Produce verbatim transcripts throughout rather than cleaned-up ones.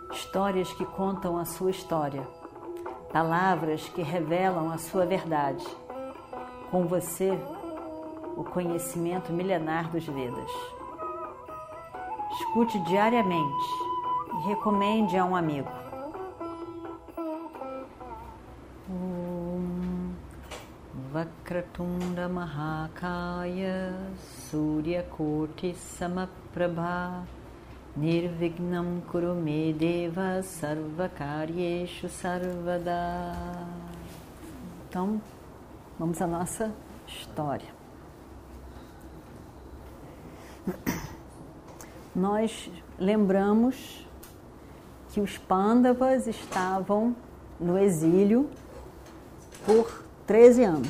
histórias que contam a sua história, palavras que revelam a sua verdade. Com você, o conhecimento milenar dos Vedas. Escute diariamente e recomende a um amigo. Om Vakratunda Mahakaya Suryakoti Samaprabha Nirvignam Kurume Deva Sarvakaryeshu Sarvada. Então, vamos à nossa história. Nós lembramos que os Pandavas estavam no exílio por treze anos.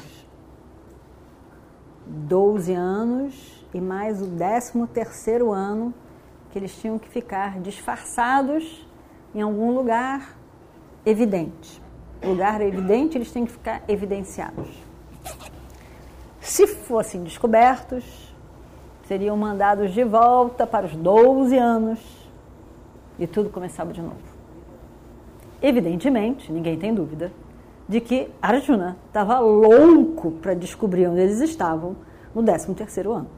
doze anos e mais o décimo terceiro ano que eles tinham que ficar disfarçados em algum lugar evidente. Lugar evidente, eles têm que ficar evidenciados. Se fossem descobertos, seriam mandados de volta para os doze anos e tudo começava de novo. Evidentemente, ninguém tem dúvida, de que Arjuna estava louco para descobrir onde eles estavam no décimo terceiro ano.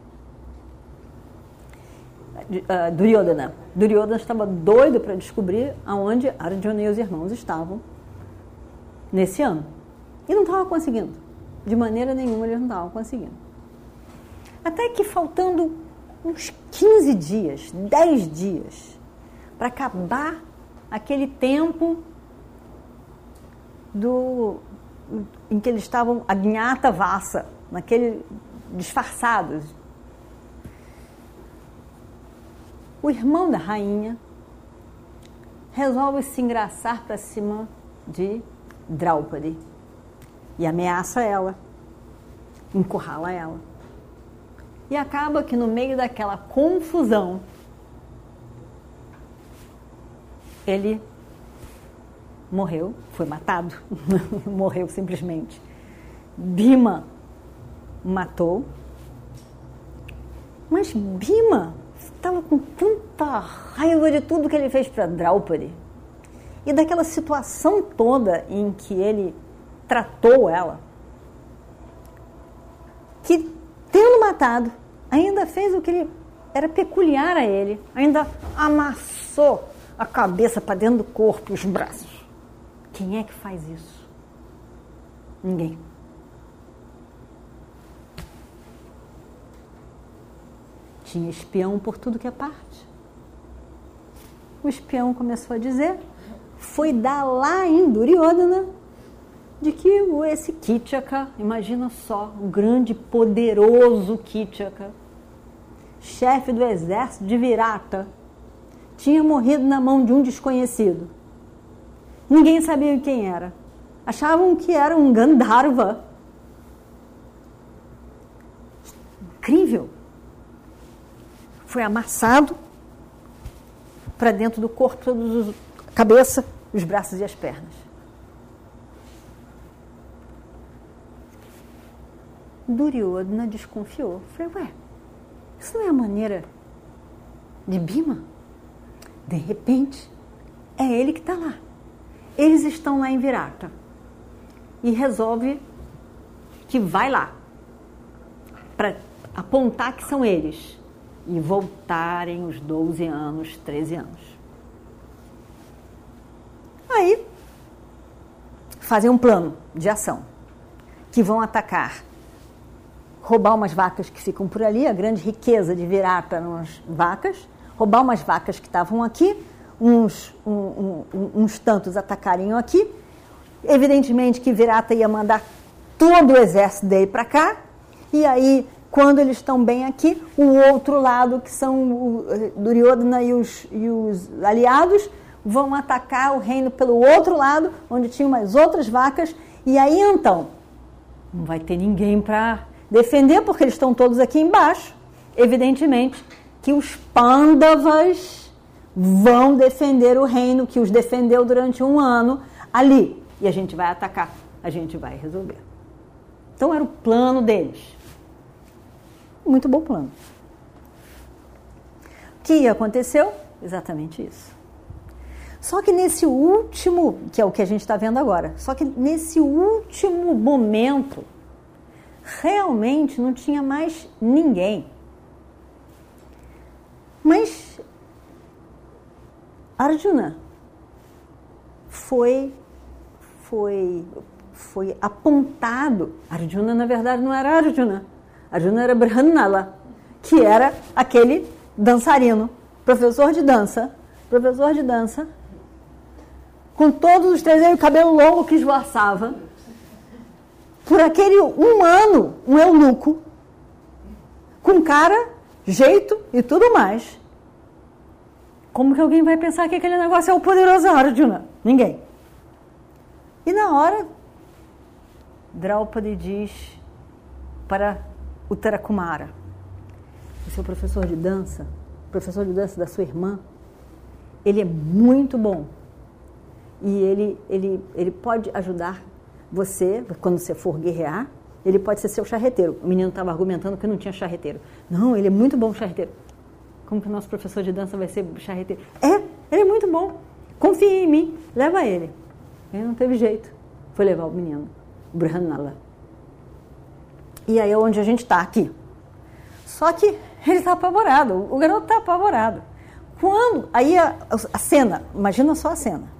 Uh, Duryodhana. Duryodhana estava doido para descobrir aonde Arjuna e os irmãos estavam nesse ano. E não estava conseguindo. De maneira nenhuma eles não estavam conseguindo. Até que faltando uns quinze dias, dez dias, para acabar aquele tempo do, em que eles estavam agnhata vassa, naquele disfarçados. O irmão da rainha resolve se engraçar para cima de Draupadi e ameaça ela, encurrala ela. E acaba que no meio daquela confusão, ele morreu, foi matado, morreu simplesmente. Bhima matou, mas Bhima estava com tanta raiva de tudo que ele fez para Draupadi e daquela situação toda em que ele tratou ela, que, tendo matado, ainda fez o que ele, era peculiar a ele, ainda amassou a cabeça para dentro do corpo e os braços. Quem é que faz isso? Ninguém. Tinha espião por tudo que é parte. O espião começou a dizer, foi dar lá em Duryodhana, de que esse Kityaka, imagina só, o grande, poderoso Kityaka, chefe do exército de Virata, tinha morrido na mão de um desconhecido. Ninguém sabia quem era. Achavam que era um Gandharva. Incrível. Foi amassado para dentro do corpo, a cabeça, os braços e as pernas. Duryodhana desconfiou. Falei, ué, isso não é a maneira de Bhima? De repente, é ele que está lá. Eles estão lá em Virata. E resolve que vai lá para apontar que são eles. E voltarem os doze anos, treze anos. Aí, fazem um plano de ação, que vão atacar, roubar umas vacas que ficam por ali, a grande riqueza de Virata nas vacas, roubar umas vacas que estavam aqui, uns, um, um, uns tantos atacariam aqui, evidentemente que Virata ia mandar todo o exército dele para cá, e aí, quando eles estão bem aqui, o outro lado, que são o Duryodhana e os, e os aliados, vão atacar o reino pelo outro lado, onde tinham mais outras vacas, e aí então, não vai ter ninguém para defender, porque eles estão todos aqui embaixo. Evidentemente que os Pandavas vão defender o reino que os defendeu durante um ano ali, e a gente vai atacar, a gente vai resolver. Então era o plano deles. Muito bom plano. O que aconteceu? Exatamente isso. Só que nesse último, que é o que a gente está vendo agora, só que nesse último momento, realmente não tinha mais ninguém. Mas Arjuna foi, foi, foi apontado. Arjuna, na verdade, não era Arjuna. Arjuna era Brihannala, que era aquele dançarino, professor de dança, professor de dança, com todos os trejeitos de cabelo longo que esvoaçava, por aquele humano, um eunuco, com cara, jeito e tudo mais. Como que alguém vai pensar que aquele negócio é o poderoso Arjuna? Ninguém. E na hora, Draupadi diz para Uttarakumara, o seu professor de dança, professor de dança da sua irmã, ele é muito bom. E ele, ele, ele pode ajudar você, quando você for guerrear, ele pode ser seu charreteiro. O menino estava argumentando que não tinha charreteiro. Não, ele é muito bom charreteiro. Como que o nosso professor de dança vai ser charreteiro? É, ele é muito bom. Confia em mim, leva ele. Ele não teve jeito. Foi levar o menino, o Brihannala. E aí é onde a gente está aqui. Só que ele está apavorado, o garoto está apavorado. Quando, aí a, a cena, imagina só a cena.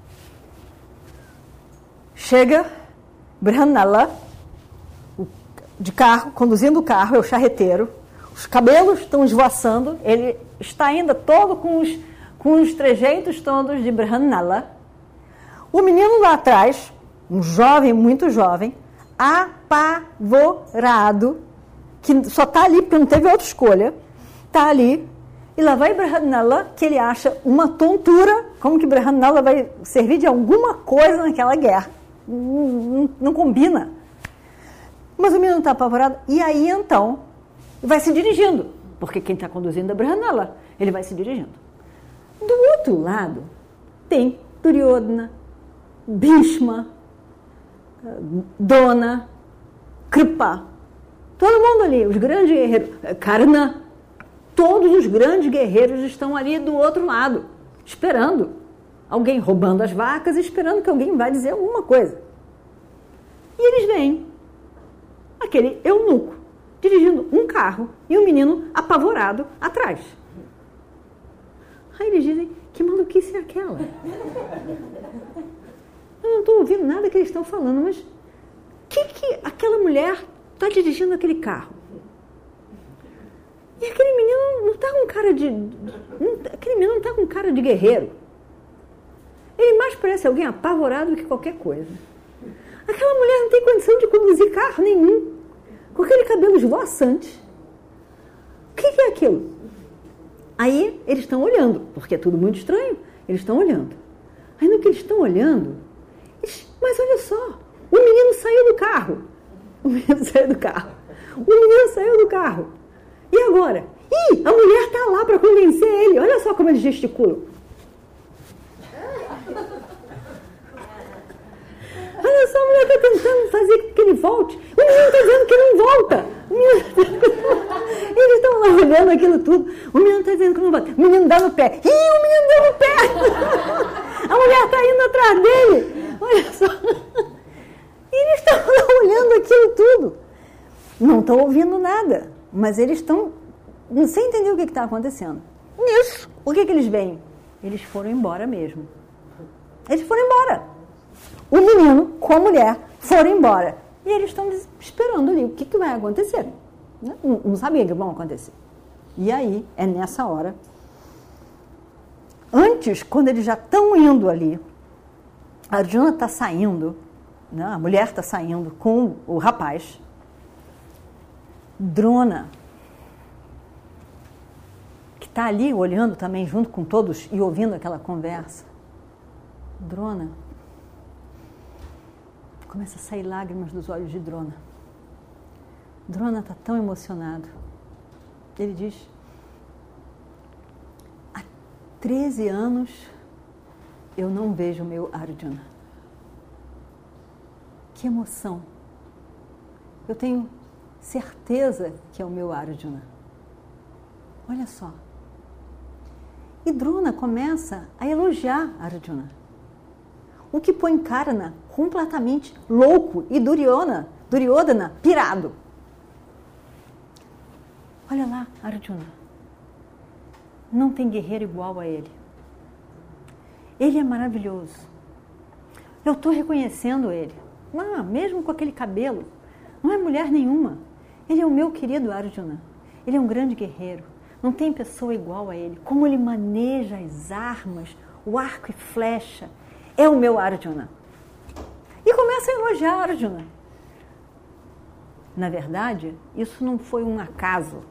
Chega Brihannala, de carro, conduzindo o carro, é o charreteiro, os cabelos estão esvoaçando, ele está ainda todo com os, com os trejeitos todos de Brihannala. O menino lá atrás, um jovem, muito jovem, apavorado, que só está ali porque não teve outra escolha, está ali, e lá vai Brihannala, que ele acha uma tontura, como que Brihannala vai servir de alguma coisa naquela guerra. Não, não, não combina. Mas o menino está apavorado, e aí então vai se dirigindo, porque quem está conduzindo é Brihannala, ele vai se dirigindo. Do outro lado, tem Duryodhana, Bhishma, Drona, Kripa, todo mundo ali, os grandes guerreiros, Karna, todos os grandes guerreiros estão ali do outro lado, esperando. Alguém roubando as vacas e esperando que alguém vai dizer alguma coisa. E eles veem aquele eunuco dirigindo um carro e um menino apavorado atrás. Aí eles dizem, que maluquice é aquela? Eu não estou ouvindo nada que eles estão falando, mas que que aquela mulher está dirigindo aquele carro? E aquele menino não está com cara de... Não, aquele menino não está com cara de guerreiro. Ele mais parece alguém apavorado do que qualquer coisa. Aquela mulher não tem condição de conduzir carro nenhum, com aquele cabelo esvoaçante. O que é aquilo? Aí eles estão olhando, porque é tudo muito estranho, eles estão olhando. Aí no que eles estão olhando, eles, mas olha só, o menino saiu do carro. O menino saiu do carro. O menino saiu do carro. E agora? Ih, a mulher está lá para convencer ele. Olha só como eles gesticulam. Olha só, a mulher está tentando fazer com que ele volte. O menino está dizendo que não volta. O menino tá dizendo que não volta. Eles estão lá olhando aquilo tudo. O menino está dizendo que não volta. O menino dá no pé. Ih, o menino deu no pé. A mulher está indo atrás dele. Olha só. E eles estão lá olhando aquilo tudo. Não estão ouvindo nada. Mas eles estão sem entender o que está acontecendo. Nisso, o que, que eles veem? Eles foram embora mesmo. Eles foram embora. O menino com a mulher foram embora. E eles estão esperando ali o que, que vai acontecer. Não, não sabem o que vai acontecer. E aí, é nessa hora. Antes, quando eles já estão indo ali, a Arjuna está saindo, né, a mulher está saindo com o rapaz. Drona, que está ali olhando também junto com todos e ouvindo aquela conversa. Drona. Começa a sair lágrimas dos olhos de Drona. Drona está tão emocionado. Ele diz, há treze anos eu não vejo o meu Arjuna. Que emoção. Eu tenho certeza que é o meu Arjuna. Olha só. E Drona começa a elogiar Arjuna, o que põe Karna completamente louco e Duryodhana, Duryodhana pirado. Olha lá, Arjuna, não tem guerreiro igual a ele. Ele é maravilhoso. Eu estou reconhecendo ele. Ah, mesmo com aquele cabelo, não é mulher nenhuma. Ele é o meu querido Arjuna. Ele é um grande guerreiro. Não tem pessoa igual a ele. Como ele maneja as armas, o arco e flecha. É o meu Arjuna. E começa a elogiar Arjuna. Na verdade, isso não foi um acaso.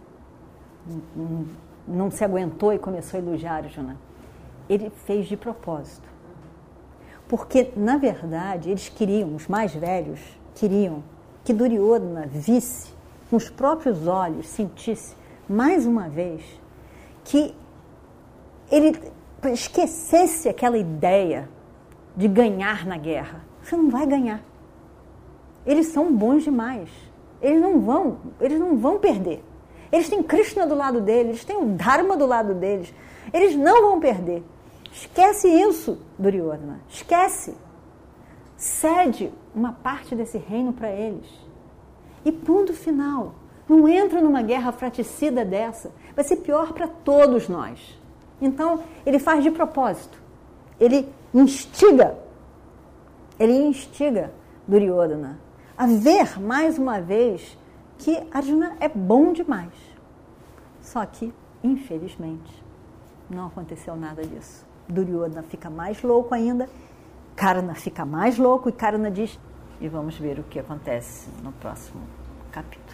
Não se aguentou e começou a elogiar Arjuna. Ele fez de propósito. Porque, na verdade, eles queriam, os mais velhos, queriam que Duryodhana visse, com os próprios olhos, sentisse, mais uma vez, que ele esquecesse aquela ideia de ganhar na guerra. Você não vai ganhar. Eles são bons demais. Eles não vão, eles não vão perder. Eles têm Krishna do lado deles, eles têm o Dharma do lado deles. Eles não vão perder. Esquece isso, Duryodhana. Esquece. Cede uma parte desse reino para eles. E ponto final. Não entra numa guerra fratricida dessa. Vai ser pior para todos nós. Então, ele faz de propósito. Ele instiga, ele instiga Duryodhana a ver mais uma vez que Arjuna é bom demais. Só que, infelizmente, não aconteceu nada disso. Duryodhana fica mais louco ainda, Karna fica mais louco e Karna diz, e vamos ver o que acontece no próximo capítulo.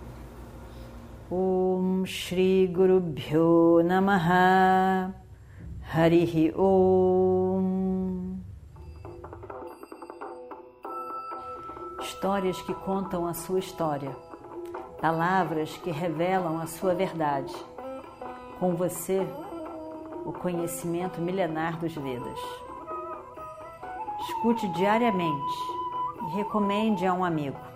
Om Shri Guru Bhyo Namaha Harihi Om. Histórias que contam a sua história, palavras que revelam a sua verdade. Com você, o conhecimento milenar dos Vedas. Escute diariamente e recomende a um amigo.